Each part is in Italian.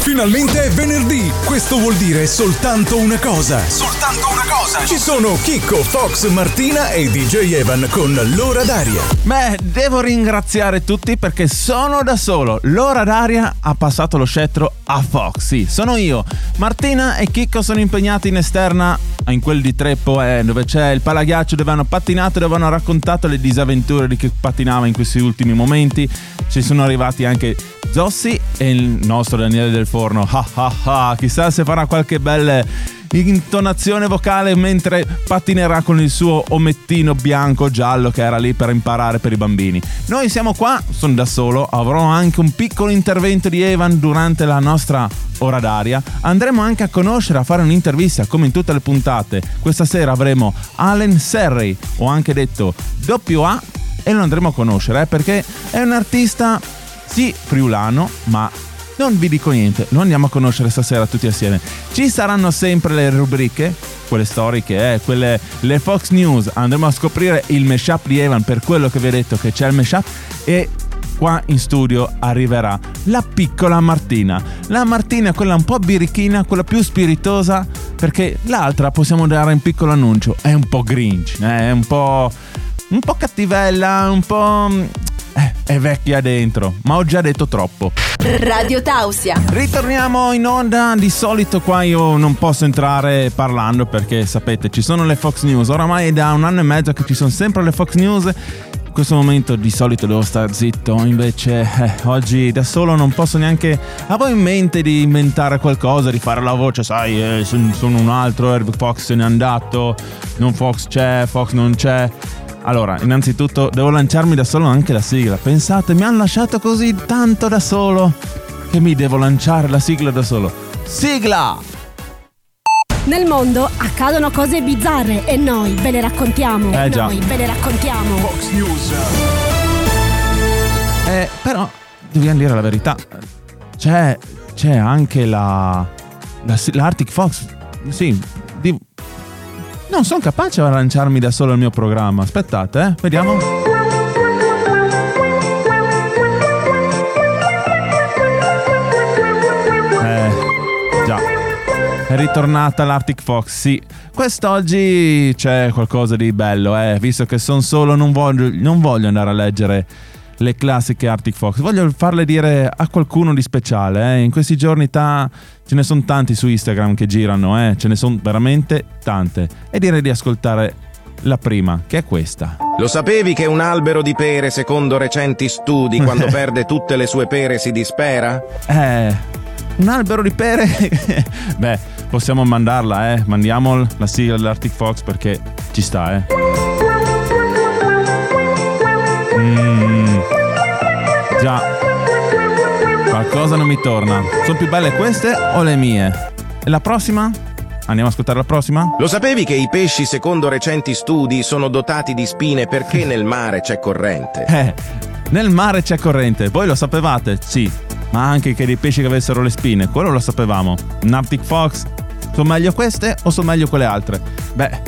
Finalmente è venerdì. Questo vuol dire soltanto una cosa. Soltanto una cosa. Ci sono Chicco, Fox, Martina e DJ Evan con l'ora d'aria. Beh, devo ringraziare tutti perché sono da solo. L'ora d'aria ha passato lo scettro a Fox. Sì, sono io. Martina e Chicco sono impegnati in esterna, in quel di Treppo, dove c'è il palaghiaccio, dove hanno pattinato e dove hanno raccontato le disavventure di chi pattinava in questi ultimi momenti. Ci sono arrivati anche Zossi e il nostro Daniele del Forno. Chissà se farà qualche bella intonazione vocale mentre pattinerà con il suo omettino bianco giallo che era lì per imparare per i bambini. Noi siamo qua, sono da solo, avrò anche un piccolo intervento di Evan durante la nostra ora d'aria. Andremo anche a conoscere, a fare un'intervista come in tutte le puntate. Questa sera avremo Allen Serrey, o anche detto WA, e lo andremo a conoscere perché è un artista sì friulano, ma non vi dico niente, lo andiamo a conoscere stasera tutti assieme. Ci saranno sempre le rubriche, quelle storiche, le Fox News. Andremo a scoprire il mashup di Evan, per quello che vi ho detto che c'è il mashup. E qua in studio arriverà la piccola Martina. La Martina è quella un po' birichina, quella più spiritosa, perché l'altra, possiamo dare un piccolo annuncio, è un po' grinch, è un po' cattivella, un po'... è vecchia dentro, ma ho già detto troppo. Radio Tausia. Ritorniamo in onda. Di solito qua io non posso entrare parlando perché sapete ci sono le Fox News. Oramai è da 1 anno e mezzo che ci sono sempre le Fox News. In questo momento di solito devo stare zitto, invece oggi da solo non posso neanche. Avevo in mente di inventare qualcosa, di fare la voce, sai, sono un altro, Fox se n'è andato, non Fox c'è, Fox non c'è. Allora, innanzitutto devo lanciarmi da solo anche la sigla. Pensate, mi hanno lasciato così tanto da solo che mi devo lanciare la sigla da solo. Sigla! Nel mondo accadono cose bizzarre e noi ve le raccontiamo. Già. Noi ve le raccontiamo. Fox News. Però dobbiamo dire la verità. C'è anche l'Arctic Fox. Sì, non sono capace a lanciarmi da solo il mio programma. Aspettate, vediamo. Già. È ritornata l'Arctic Fox, sì. Quest'oggi c'è qualcosa di bello, visto che sono solo, non voglio andare a leggere le classiche Arctic Fox. Voglio farle dire a qualcuno di speciale. In questi giorni ce ne sono tanti su Instagram che girano, ce ne sono veramente tante. E direi di ascoltare la prima, che è questa. Lo sapevi che un albero di pere, secondo recenti studi, quando perde tutte le sue pere si dispera? Un albero di pere. Beh, possiamo mandarla, mandiamo la sigla dell'Arctic Fox perché ci sta, Già, qualcosa non mi torna. Sono più belle queste o le mie? E la prossima? Andiamo a ascoltare la prossima? Lo sapevi che i pesci, secondo recenti studi, sono dotati di spine perché nel mare c'è corrente? Nel mare c'è corrente. Voi lo sapevate? Sì. Ma anche che dei pesci che avessero le spine, quello lo sapevamo. Un Arctic Fox? Sono meglio queste o sono meglio quelle altre? Beh,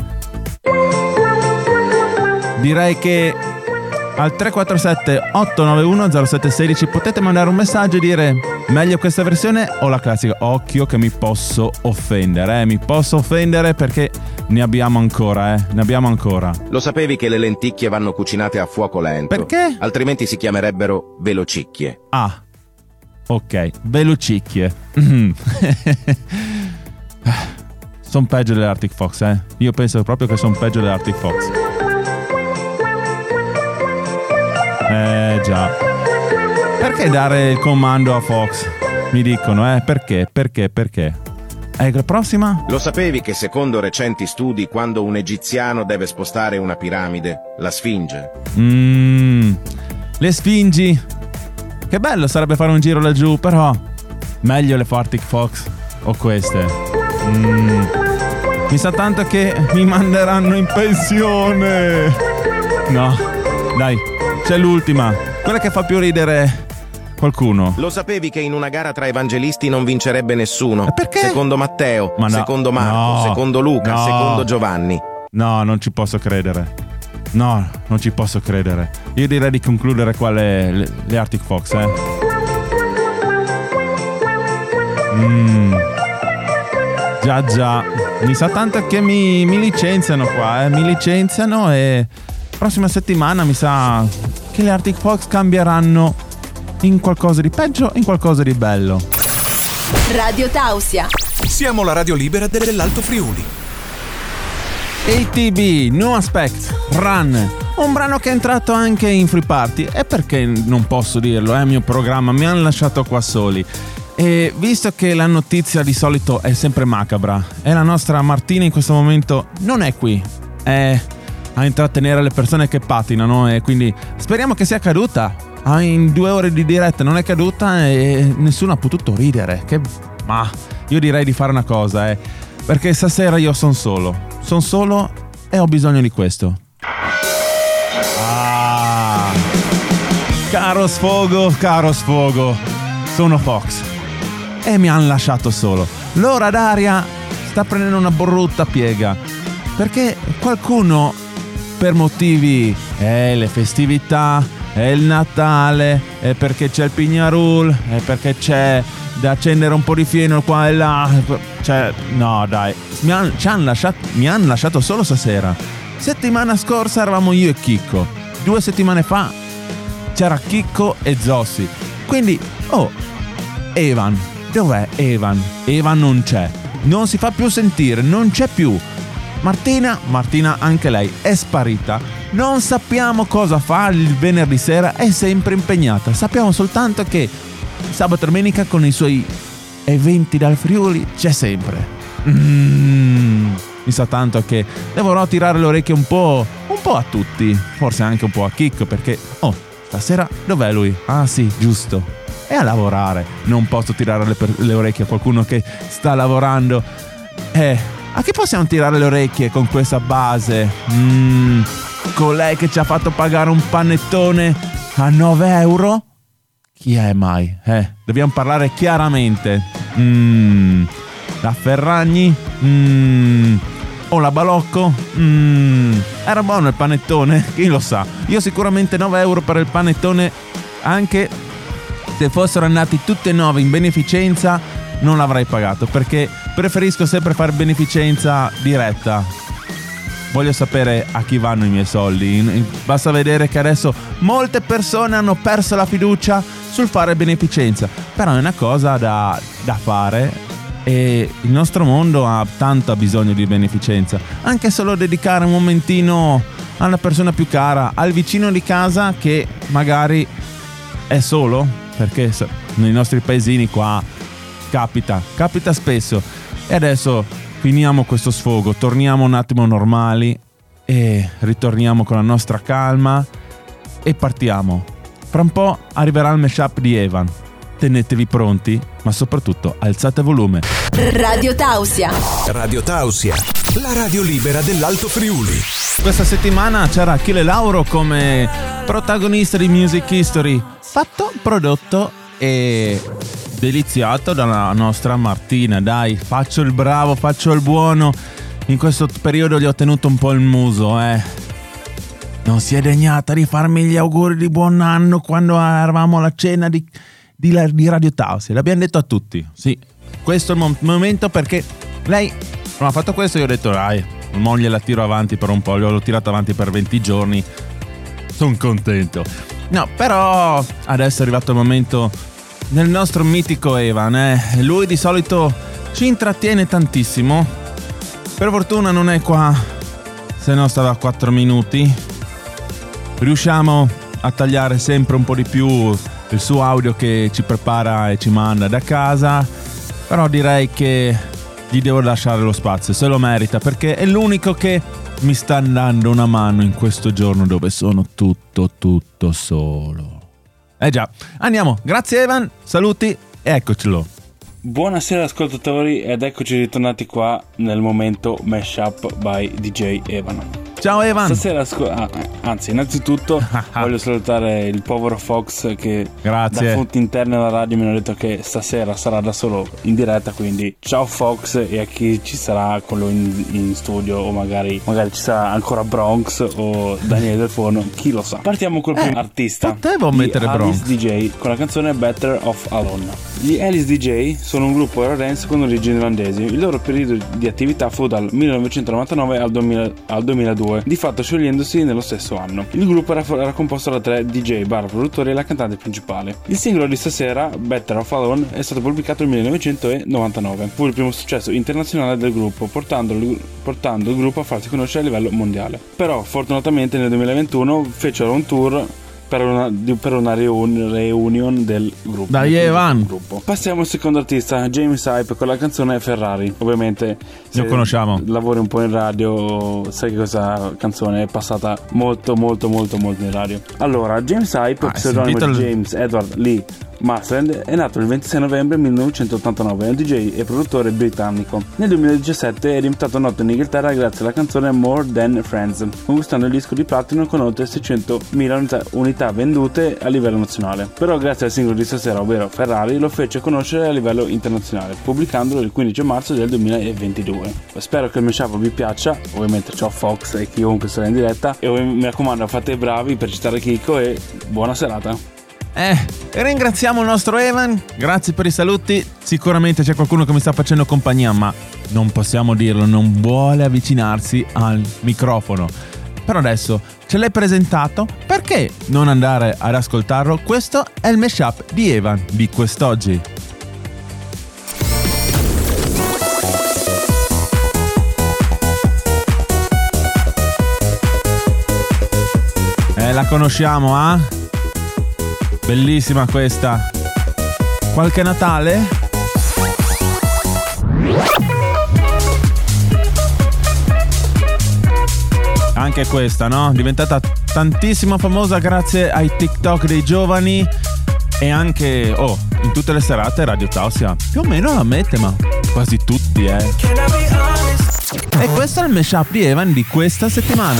direi che al 347 891 0716 potete mandare un messaggio e dire meglio questa versione o la classica. Occhio che mi posso offendere, mi posso offendere perché ne abbiamo ancora, ne abbiamo ancora. Lo sapevi che le lenticchie vanno cucinate a fuoco lento? Perché? Altrimenti si chiamerebbero velocicchie. Ah, ok, velocicchie. Sono peggio dell'Arctic Fox, Io penso proprio che sono peggio dell'Arctic Fox. Già. Perché dare il comando a Fox? Mi dicono, perché? La prossima? Lo sapevi che secondo recenti studi quando un egiziano deve spostare una piramide, la sfinge? Le sfingi. Che bello sarebbe fare un giro laggiù, però meglio le Arctic Fox o queste. Mi sa tanto che mi manderanno in pensione. No, dai, c'è l'ultima, quella che fa più ridere qualcuno. Lo sapevi che in una gara tra evangelisti non vincerebbe nessuno? Perché? Secondo Matteo, Ma no, secondo Marco, secondo Luca, secondo Giovanni. No, non ci posso credere. No, non ci posso credere. Io direi di concludere qua le Arctic Fox, Già, mi sa tanto che mi licenziano qua, mi licenziano, e prossima settimana mi sa che gli Arctic Fox cambieranno in qualcosa di peggio, in qualcosa di bello. Radio Tausia. Siamo la radio libera dell'Alto Friuli. ATB, New Aspect, Run, un brano che è entrato anche in Free Party, e perché non posso dirlo, è il mio programma, mi hanno lasciato qua soli. E visto che la notizia di solito è sempre macabra e la nostra Martina in questo momento non è qui, è a intrattenere le persone che patinano, e quindi speriamo che sia caduta. In 2 ore di diretta non è caduta e nessuno ha potuto ridere. Ma io direi di fare una cosa, perché stasera io sono solo e ho bisogno di questo. Caro sfogo, sono Fox e mi hanno lasciato solo. L'ora d'aria sta prendendo una brutta piega, perché qualcuno, per motivi le festività, è il Natale, è perché c'è il Pignarul, è perché c'è da accendere un po' di fieno qua e là, cioè no dai, mi hanno lasciato solo stasera. Settimana scorsa eravamo io e Chicco, 2 settimane fa c'era Chicco e Zossi, quindi Evan, dov'è Evan? Evan non c'è, non si fa più sentire, non c'è più. Martina anche lei è sparita, non sappiamo cosa fa il venerdì sera, è sempre impegnata, sappiamo soltanto che sabato e domenica con i suoi eventi dal Friuli c'è sempre. Mi sa tanto che dovrò tirare le orecchie un po' a tutti, forse anche un po' a Chicco, perché stasera dov'è lui? Ah sì, giusto, è a lavorare, non posso tirare le orecchie a qualcuno che sta lavorando. A chi possiamo tirare le orecchie con questa base? Con lei che ci ha fatto pagare un panettone a 9 euro? Chi è mai? Dobbiamo parlare chiaramente. La Ferragni? O la Balocco? Era buono il panettone? Chi lo sa? Io sicuramente 9 euro per il panettone, anche se fossero andati tutti e 9 in beneficenza, non l'avrei pagato, perché preferisco sempre fare beneficenza diretta. Voglio sapere a chi vanno i miei soldi. Basta vedere che adesso molte persone hanno perso la fiducia sul fare beneficenza, però è una cosa da fare, e il nostro mondo ha tanto bisogno di beneficenza. Anche solo dedicare un momentino alla persona più cara, al vicino di casa che magari è solo, perché nei nostri paesini qua capita spesso. E adesso finiamo questo sfogo, torniamo un attimo normali e ritorniamo con la nostra calma e partiamo. Fra un po' arriverà il mashup di Evan. Tenetevi pronti, ma soprattutto alzate volume. Radio Tausia. Radio Tausia, la radio libera dell'Alto Friuli. Questa settimana c'era Achille Lauro come protagonista di Music History, fatto, prodotto e deliziato dalla nostra Martina. Dai, faccio il bravo, faccio il buono. In questo periodo gli ho tenuto un po' il muso, Non si è degnata di farmi gli auguri di buon anno quando eravamo alla cena di Radio Tausia. L'abbiamo detto a tutti. Sì, questo è il momento, perché lei non ha fatto questo. Io ho detto, dai, moglie la tiro avanti per un po'. L'ho tirato avanti per 20 giorni. Sono contento. No, però adesso è arrivato il momento del nostro mitico Evan. Lui di solito ci intrattiene tantissimo. Per fortuna non è qua, se no stava a 4 minuti. Riusciamo a tagliare sempre un po' di più il suo audio che ci prepara e ci manda da casa, però direi che gli devo lasciare lo spazio, se lo merita, perché è l'unico che mi sta dando una mano in questo giorno dove sono tutto solo. Già, andiamo, grazie Evan, saluti e eccocelo. Buonasera ascoltatori, ed eccoci ritornati qua nel momento Mashup by DJ Evan. Ciao Evan. Stasera anzi, innanzitutto voglio salutare il povero Fox che Grazie. da fonti interne alla radio mi hanno detto che stasera sarà da solo in diretta, quindi ciao Fox, e a chi ci sarà con lui in studio, o magari ci sarà ancora Bronx o Daniele Del Forno, chi lo sa. Partiamo col primo artista, potevo mettere Alice Bronx DJ, con la canzone Better Off Alone. Gli Alice DJ sono un gruppo eurodance con origini irlandesi. Il loro periodo di attività fu dal 1999 al 2002, di fatto sciogliendosi nello stesso anno. Il gruppo era composto da 3 DJ, produttori e la cantante principale. Il singolo di stasera, Better Off Alone, è stato pubblicato nel 1999. Fu il primo successo internazionale del gruppo, portando il gruppo a farsi conoscere a livello mondiale. Però fortunatamente nel 2021 fecero un tour per una reunion del gruppo. Dai Evan. Passiamo al secondo artista, James Hype, con la canzone Ferrari. Ovviamente se lo conosciamo, lavori un po' in radio sai che questa canzone è passata molto in radio. Allora, James Hype, pseudonimo di James Edward Lee Marsland, è nato il 26 novembre 1989, è un DJ e produttore britannico. Nel 2017 è diventato noto in Inghilterra grazie alla canzone More Than Friends, conquistando il disco di platino con oltre 600.000 unità vendute a livello nazionale. Però grazie al singolo di stasera, ovvero Ferrari, lo fece conoscere a livello internazionale, pubblicandolo il 15 marzo del 2022. Spero che il mashup vi piaccia, ovviamente ciao Fox e chiunque sarà in diretta, e mi raccomando fate i bravi per citare Chicco, e buona serata. Ringraziamo il nostro Evan, grazie per i saluti. Sicuramente c'è qualcuno che mi sta facendo compagnia, ma non possiamo dirlo, non vuole avvicinarsi al microfono. Però adesso ce l'hai presentato, perché non andare ad ascoltarlo? Questo è il mashup di Evan di quest'oggi. La conosciamo, ah? Bellissima questa. Qualche Natale? Anche questa, no? Diventata tantissimo famosa grazie ai TikTok dei giovani, e anche, in tutte le serate Radio Tausia più o meno la mette, ma quasi tutti, E questo è il mashup di Evan di questa settimana.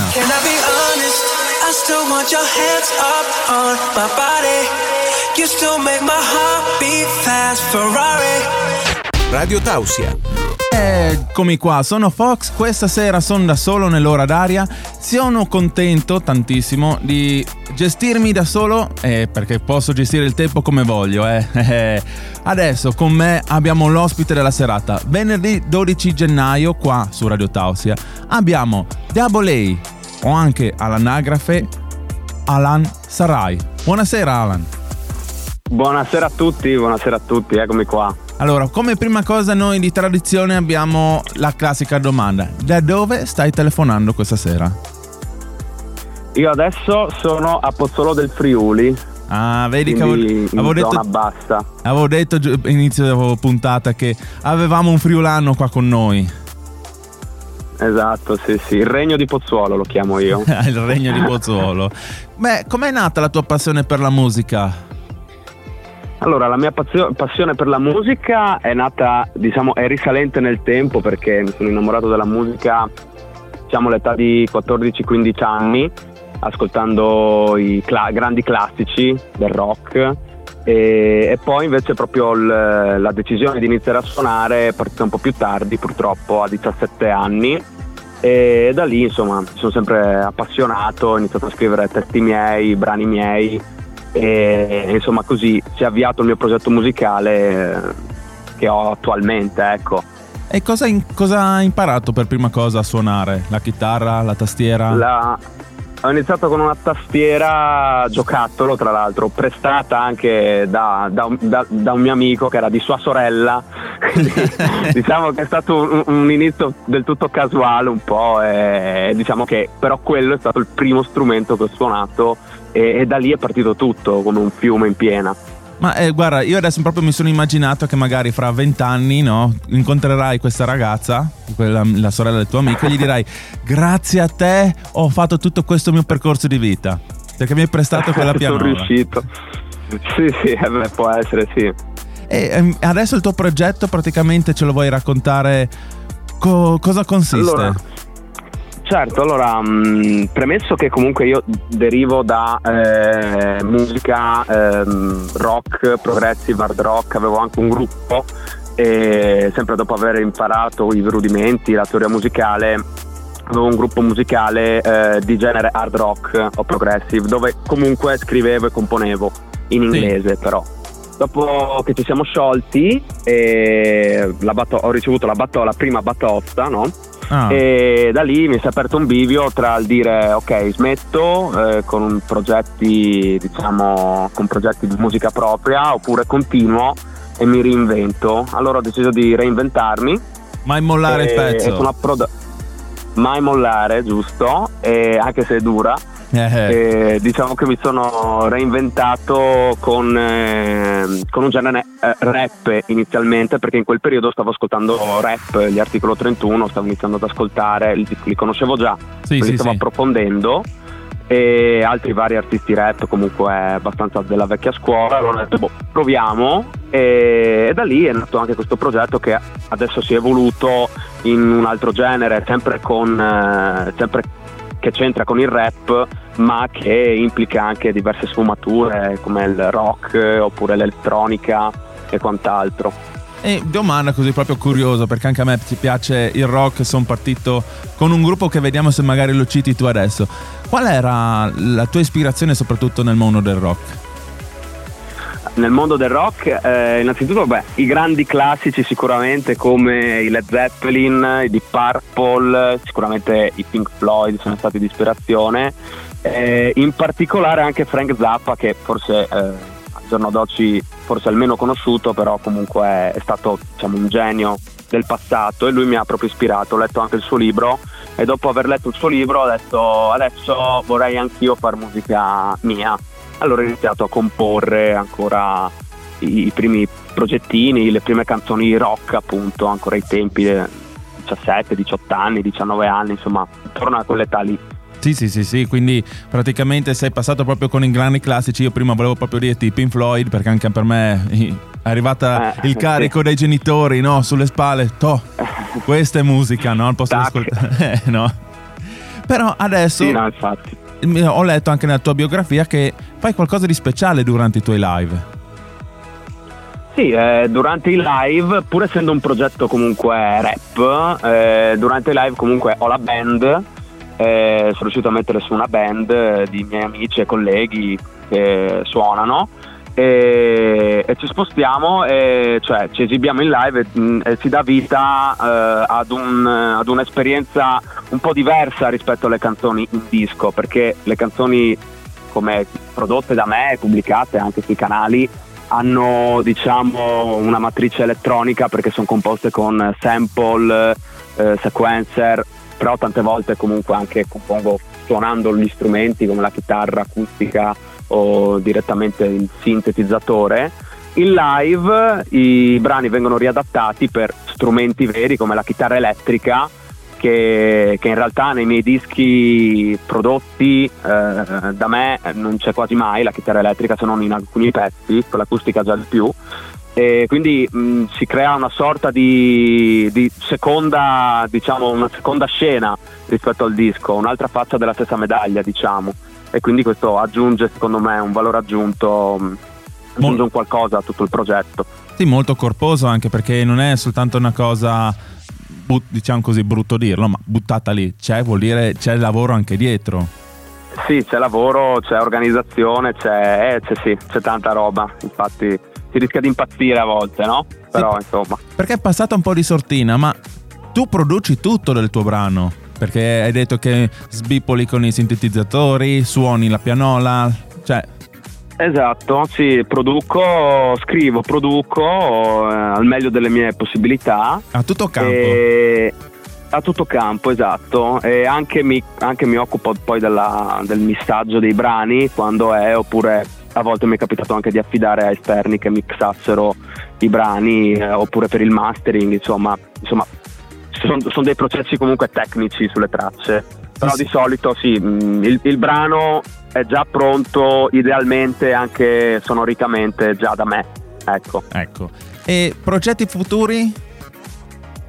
Still want your hands up on my body. You still make my heart beat fast, Ferrari. Radio Tausia. Eccomi qua, sono Fox, questa sera sono da solo nell'ora d'aria. Sono contento tantissimo di gestirmi da solo, perché posso gestire il tempo come voglio, Adesso con me abbiamo l'ospite della serata. Venerdì 12 gennaio qua su Radio Tausia abbiamo Double A, o anche all'anagrafe Alan Sarai. Buonasera Alan. Buonasera a tutti, eccomi qua. Allora, come prima cosa noi di tradizione abbiamo la classica domanda: da dove stai telefonando questa sera? Io adesso sono a Pozzolo del Friuli. Ah, vedi che avevo detto inizio puntata che avevamo un friulano qua con noi. Esatto, sì, il Regno di Pozzuolo lo chiamo io. Il Regno di Pozzuolo. Beh, com'è nata la tua passione per la musica? Allora, la mia passione per la musica è nata, è risalente nel tempo, perché mi sono innamorato della musica, all'età di 14-15 anni, ascoltando i grandi classici del rock. E poi invece proprio la decisione di iniziare a suonare è partita un po' più tardi, purtroppo a 17 anni, e da lì insomma mi sono sempre appassionato, ho iniziato a scrivere testi miei, brani miei, e insomma così si è avviato il mio progetto musicale che ho attualmente, ecco. E cosa hai imparato per prima cosa a suonare? La chitarra, la tastiera? Ho iniziato con una tastiera giocattolo, tra l'altro, prestata anche da un mio amico che era di sua sorella. Diciamo che è stato un inizio del tutto casuale un po', e diciamo che però quello è stato il primo strumento che ho suonato, e da lì è partito tutto come un fiume in piena. Ma guarda, io adesso proprio mi sono immaginato che magari fra 20 anni, no, incontrerai questa ragazza, la sorella del tuo amico, e gli dirai: grazie a te ho fatto tutto questo mio percorso di vita, perché mi hai prestato quella pianola. Sono riuscito. Sì, può essere, sì. E adesso il tuo progetto praticamente ce lo vuoi raccontare? Cosa consiste? Allora, Certo, allora, premesso che comunque io derivo da musica rock, progressive, hard rock, avevo anche un gruppo e sempre dopo aver imparato i rudimenti, la teoria musicale, avevo un gruppo musicale di genere hard rock o progressive, dove comunque scrivevo e componevo in inglese. Però dopo che ci siamo sciolti ho ricevuto la prima batosta, no? E da lì mi si è aperto un bivio tra il dire ok, smetto con progetti di musica propria, oppure continuo e mi reinvento. Allora ho deciso di reinventarmi. Mai mollare il pezzo. Mai mollare, giusto, anche se è dura. Diciamo che mi sono reinventato con un genere rap inizialmente, perché in quel periodo stavo ascoltando rap, gli Articolo 31, stavo iniziando ad ascoltare, li conoscevo già, li stavo approfondendo, e altri vari artisti rap comunque abbastanza della vecchia scuola. Allora ho detto proviamo, e da lì è nato anche questo progetto che adesso si è evoluto in un altro genere, sempre che c'entra con il rap, ma che implica anche diverse sfumature come il rock oppure l'elettronica e quant'altro. E domanda così proprio curioso, perché anche a me ci piace il rock, sono partito con un gruppo che vediamo se magari lo citi tu adesso. Qual era la tua ispirazione soprattutto nel mondo del rock? Nel mondo del rock, innanzitutto i grandi classici sicuramente, come i Led Zeppelin, i Deep Purple, sicuramente i Pink Floyd sono stati di ispirazione, in particolare anche Frank Zappa, che forse al giorno d'oggi forse è il meno conosciuto, però comunque è stato, diciamo, un genio del passato, e lui mi ha proprio ispirato. Ho letto anche il suo libro, e dopo aver letto il suo libro ho detto adesso vorrei anch'io fare musica mia. Allora ho iniziato a comporre ancora i primi progettini, le prime canzoni rock, appunto, ancora ai tempi 17, 18 anni, 19 anni, insomma, intorno a quell'età lì. Sì, quindi praticamente sei passato proprio con i grandi classici. Io prima volevo proprio dirti Pink Floyd, perché anche per me è arrivata il carico dei genitori, no? Sulle spalle, questa è musica, no? Al posto di ascoltare, no? Però adesso... Sì, no, infatti. Ho letto anche nella tua biografia che fai qualcosa di speciale durante i tuoi live. Sì, durante i live, pur essendo un progetto comunque rap, durante i live comunque ho la band, sono riuscito a mettere su una band di miei amici e colleghi che suonano, e ci spostiamo, cioè ci esibiamo in live e si dà vita ad un'esperienza un po' diversa rispetto alle canzoni in disco, perché le canzoni come prodotte da me, pubblicate anche sui canali, hanno, diciamo, una matrice elettronica, perché sono composte con sample, sequencer, però tante volte comunque anche compongo suonando gli strumenti come la chitarra acustica o direttamente il sintetizzatore. In live i brani vengono riadattati per strumenti veri come la chitarra elettrica, che in realtà nei miei dischi prodotti da me non c'è quasi mai la chitarra elettrica, se non in alcuni pezzi, con l'acustica già di più, e quindi si crea una sorta di seconda, diciamo, una seconda scena rispetto al disco, un'altra faccia della stessa medaglia, diciamo, e quindi questo aggiunge, secondo me, un valore aggiunto, aggiunge un qualcosa a tutto il progetto. Sì, molto corposo, anche perché non è soltanto una cosa, diciamo così, brutto dirlo, ma buttata lì, vuol dire c'è lavoro anche dietro. Sì, c'è lavoro, c'è organizzazione, c'è tanta roba, infatti si rischia di impazzire a volte, no? Però sì, insomma. Perché è passata un po' di sortina, ma tu produci tutto del tuo brano, perché hai detto che sbipoli con i sintetizzatori, suoni la pianola, cioè... Esatto, sì, produco al meglio delle mie possibilità. A tutto campo. A tutto campo, esatto, e anche mi occupo poi del missaggio dei brani quando oppure a volte mi è capitato anche di affidare a esterni che mixassero i brani, oppure per il mastering, insomma sono dei processi comunque tecnici sulle tracce, però sì. Di solito sì, il brano è già pronto, idealmente anche sonoricamente già da me, ecco. E progetti futuri?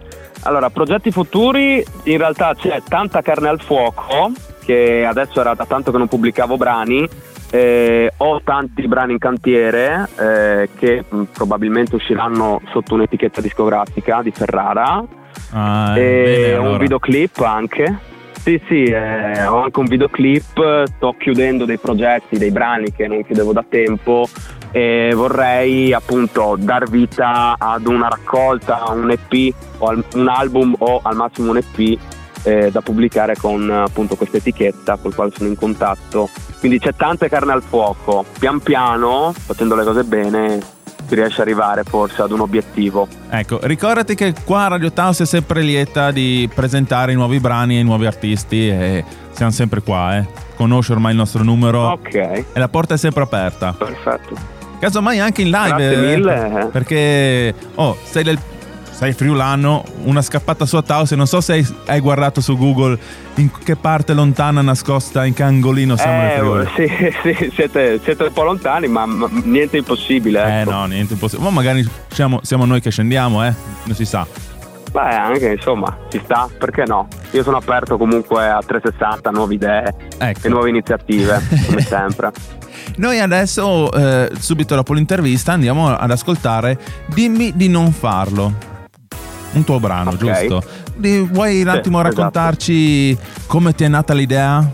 Allora, progetti futuri, in realtà c'è tanta carne al fuoco, che adesso era da tanto che non pubblicavo brani. Ho tanti brani in cantiere che probabilmente usciranno sotto un'etichetta discografica di Ferrara. Bene, allora. Un videoclip anche. Sì, ho anche un videoclip, sto chiudendo dei progetti, dei brani che non chiudevo da tempo e vorrei appunto dar vita ad una raccolta, un EP o un album o al massimo un EP da pubblicare con appunto questa etichetta col quale sono in contatto. Quindi c'è tanta carne al fuoco, pian piano, facendo le cose bene, si riesce ad arrivare forse ad un obiettivo. Ecco, ricordati che qua Radio Taos è sempre lieta di presentare i nuovi brani e i nuovi artisti e siamo sempre qua, Conosci ormai il nostro numero. Ok. E la porta è sempre aperta. Perfetto. Casomai anche in live. Grazie mille. Perché sei friulano, una scappata su a Taos e non so se hai guardato su Google in che parte lontana nascosta, in che angolino siamo nel Friuli. Sì, siete un po' lontani, ma niente impossibile. Ecco. No, niente impossibile. Ma magari siamo noi che scendiamo, non si sa. Beh, anche insomma, ci sta, perché no? Io sono aperto comunque a 360, nuove idee e nuove iniziative, come sempre. Noi adesso, subito dopo l'intervista, andiamo ad ascoltare Dimmi di non farlo. Un tuo brano, giusto? Vuoi un attimo raccontarci come ti è nata l'idea?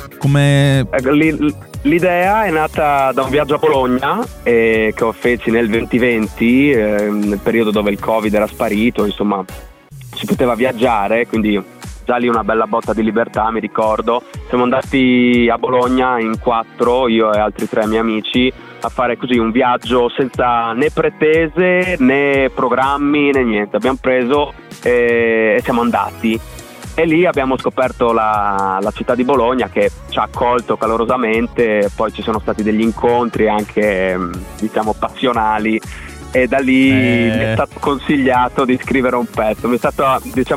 L'idea è nata da un viaggio a Bologna che ho feci nel 2020, nel periodo dove il Covid era sparito, insomma si poteva viaggiare, quindi già lì una bella botta di libertà, mi ricordo. Siamo andati a Bologna in 4, io e altri 3 miei amici, a fare così un viaggio senza né pretese né programmi né niente. Abbiamo preso e siamo andati e lì abbiamo scoperto la città di Bologna, che ci ha accolto calorosamente. Poi ci sono stati degli incontri anche diciamo passionali e da lì mi è stato consigliato di scrivere un pezzo. Mi è stato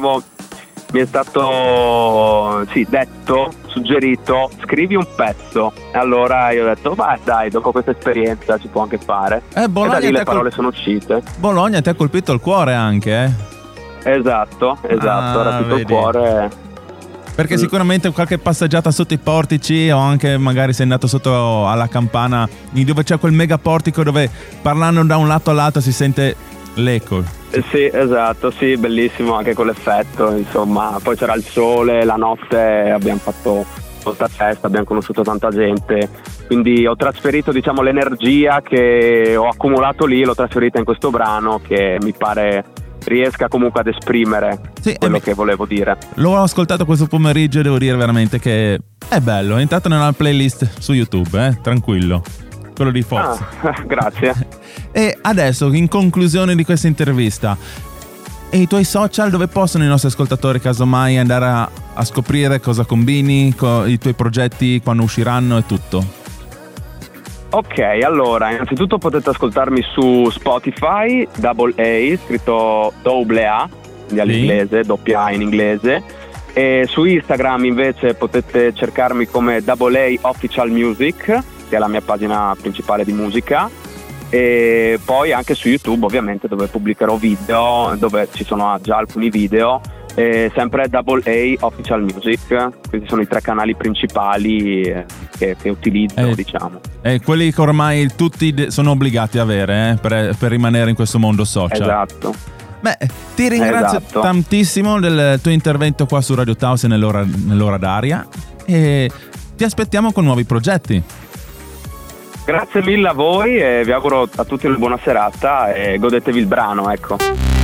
detto, suggerito, scrivi un pezzo. E allora io ho detto, dai, dopo questa esperienza ci può anche fare. E da lì le parole sono uscite. Bologna ti ha colpito il cuore anche, Esatto, ha rapito il cuore. Perché sicuramente qualche passeggiata sotto i portici, o anche magari sei andato sotto alla campana, dove c'è quel mega portico dove parlando da un lato all'altro si sente l'eco. Sì, esatto, sì, bellissimo anche quell'effetto, insomma. Poi c'era il sole, la notte abbiamo fatto molta festa, abbiamo conosciuto tanta gente, quindi ho trasferito diciamo l'energia che ho accumulato lì, l'ho trasferita in questo brano che mi pare riesca comunque ad esprimere quello che volevo dire. L'ho ascoltato questo pomeriggio e devo dire veramente che è bello, è entrato nella playlist su YouTube, tranquillo, quello di Fox. Grazie. E adesso, in conclusione di questa intervista, e i tuoi social dove possono i nostri ascoltatori casomai andare a scoprire cosa combini, i tuoi progetti, quando usciranno e tutto? Ok, allora, innanzitutto potete ascoltarmi su Spotify, Double A, scritto double A, quindi all'inglese, doppia A in inglese. E su Instagram invece potete cercarmi come Double A Official Music, che è la mia pagina principale di musica. E poi anche su YouTube ovviamente, dove pubblicherò video, dove ci sono già alcuni video, sempre Double A Official Music. Questi sono i 3 canali principali che utilizzo, diciamo. E quelli che ormai tutti sono obbligati a avere per rimanere in questo mondo social. Esatto. Beh, ti ringrazio tantissimo del tuo intervento qua su Radio Taos e nell'ora d'aria, e ti aspettiamo con nuovi progetti. Grazie mille a voi e vi auguro a tutti una buona serata e godetevi il brano, ecco.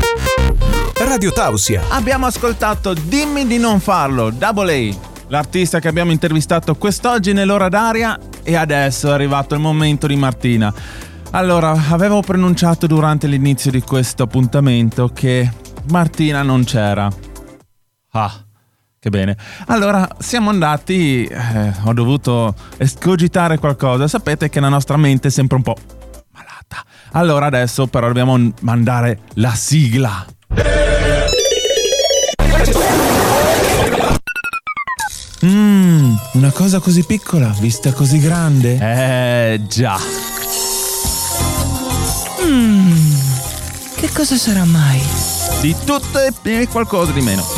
Radio Tausia. Abbiamo ascoltato Dimmi di non farlo, Double A, l'artista che abbiamo intervistato quest'oggi nell'ora d'aria, e adesso è arrivato il momento di Martina. Allora, avevo pronunciato durante l'inizio di questo appuntamento che Martina non c'era. Che bene. Allora siamo andati, ho dovuto escogitare qualcosa. Sapete che la nostra mente è sempre un po' malata. Allora adesso però dobbiamo mandare la sigla. Una cosa così piccola, vista così grande. Già. Che cosa sarà mai? Di tutto e qualcosa di meno.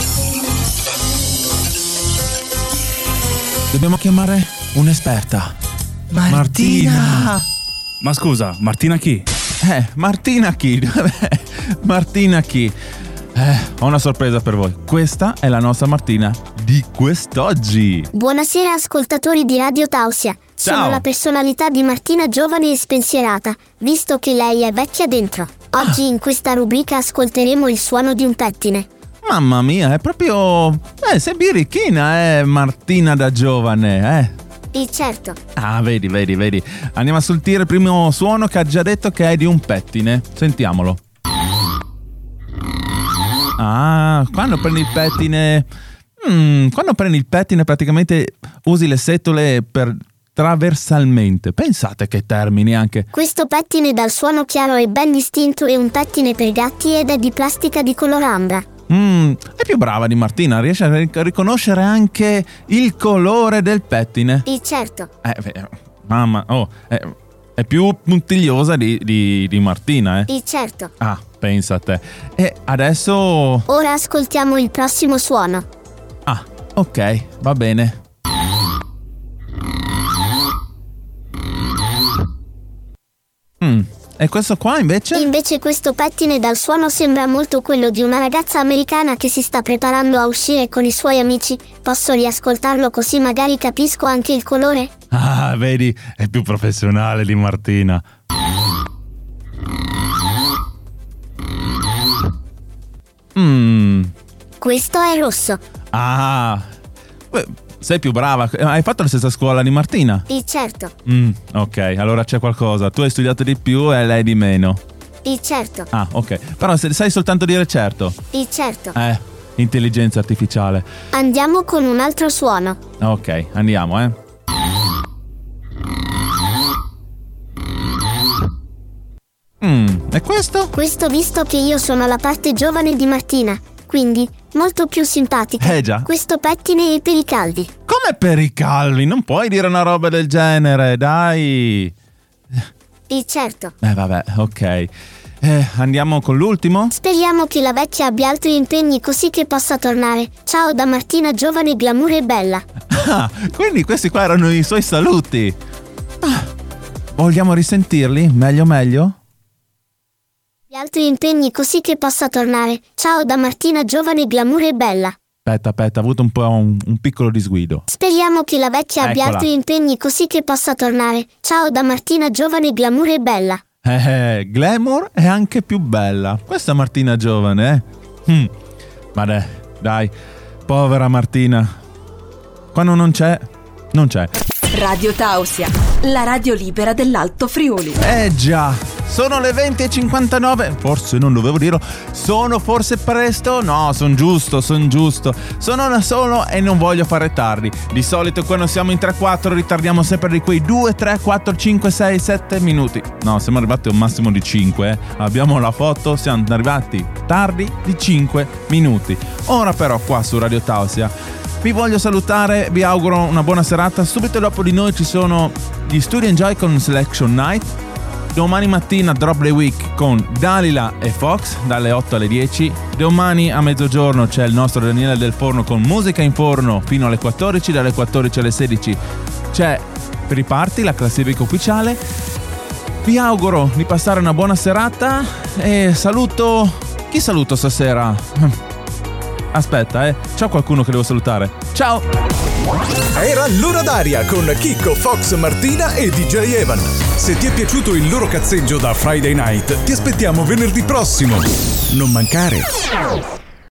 Dobbiamo chiamare un'esperta. Martina. Ma scusa, Martina chi? Martina chi? Martina chi? Ho una sorpresa per voi. Questa è la nostra Martina di quest'oggi. Buonasera ascoltatori di Radio Tausia. Ciao. Sono la personalità di Martina giovane e spensierata, visto che lei è vecchia dentro. Oggi in questa rubrica ascolteremo il suono di un pettine. Mamma mia, è proprio... sei birichina, Martina da giovane, E certo. Ah, vedi. Andiamo a sentire il primo suono che ha già detto che è di un pettine. Sentiamolo. Ah, quando prendi il pettine... quando prendi il pettine praticamente usi le setole per traversalmente. Pensate che termini anche. Questo pettine dal suono chiaro e ben distinto è un pettine per gatti ed è di plastica di color ambra. È più brava di Martina, riesce a riconoscere anche il colore del pettine. E certo. Mamma, è più puntigliosa di Martina, E certo. Ah, pensa a te. E adesso... Ora ascoltiamo il prossimo suono. Ah, ok, va bene. E questo qua invece? Invece questo pettine dal suono sembra molto quello di una ragazza americana che si sta preparando a uscire con i suoi amici. Posso riascoltarlo così magari capisco anche il colore? Ah, vedi, è più professionale di Martina. Questo è rosso. Ah, sei più brava. Hai fatto la stessa scuola di Martina? E certo. Ok, allora c'è qualcosa. Tu hai studiato di più e lei di meno. E certo. Ah, ok. Però se sai soltanto dire certo. E certo. Intelligenza artificiale. Andiamo con un altro suono. Ok, andiamo, E questo? Questo visto che io sono la parte giovane di Martina, quindi molto più simpatica. Già. Questo pettine è per i calvi. Come per i calvi? Non puoi dire una roba del genere, dai. E certo. Vabbè, ok. Andiamo con l'ultimo? Speriamo che la vecchia abbia altri impegni così che possa tornare. Ciao da Martina giovane, glamour e bella. Ah, quindi questi qua erano i suoi saluti. Vogliamo risentirli? Meglio? Gli altri impegni così che possa tornare. Ciao da Martina giovane, glamour e bella. Aspetta, ha avuto un po' un piccolo disguido. Speriamo che la vecchia abbia altri impegni così che possa tornare. Ciao da Martina giovane, glamour e bella. Glamour è anche più bella. Questa Martina giovane, Ma dai, povera Martina. Quando non c'è, non c'è. Radio Tausia, la radio libera dell'Alto Friuli. Già, sono le 20:59. Forse non dovevo dirlo. Sono forse presto? No, sono giusto. Sono da solo e non voglio fare tardi. Di solito quando siamo in 3-4 ritardiamo sempre di quei 2, 3, 4, 5, 6, 7 minuti. No, siamo arrivati a un massimo di 5. Abbiamo la foto, siamo arrivati tardi di 5 minuti. Ora però qua su Radio Tausia vi voglio salutare, vi auguro una buona serata. Subito dopo di noi ci sono gli Studio Enjoy con Selection Night. Domani mattina Drop the Week con Dalila e Fox dalle 8 alle 10. Domani a mezzogiorno c'è il nostro Daniele Del Forno con Musica in Forno fino alle 14. Dalle 14 alle 16 c'è per i party la classifica ufficiale. Vi auguro di passare una buona serata e saluto... Chi saluto stasera? Aspetta, c'ho qualcuno che devo salutare. Ciao! Era l'ora d'aria con Chicco, Fox, Martina e DJ Evan. Se ti è piaciuto il loro cazzeggio da Friday Night, ti aspettiamo venerdì prossimo. Non mancare!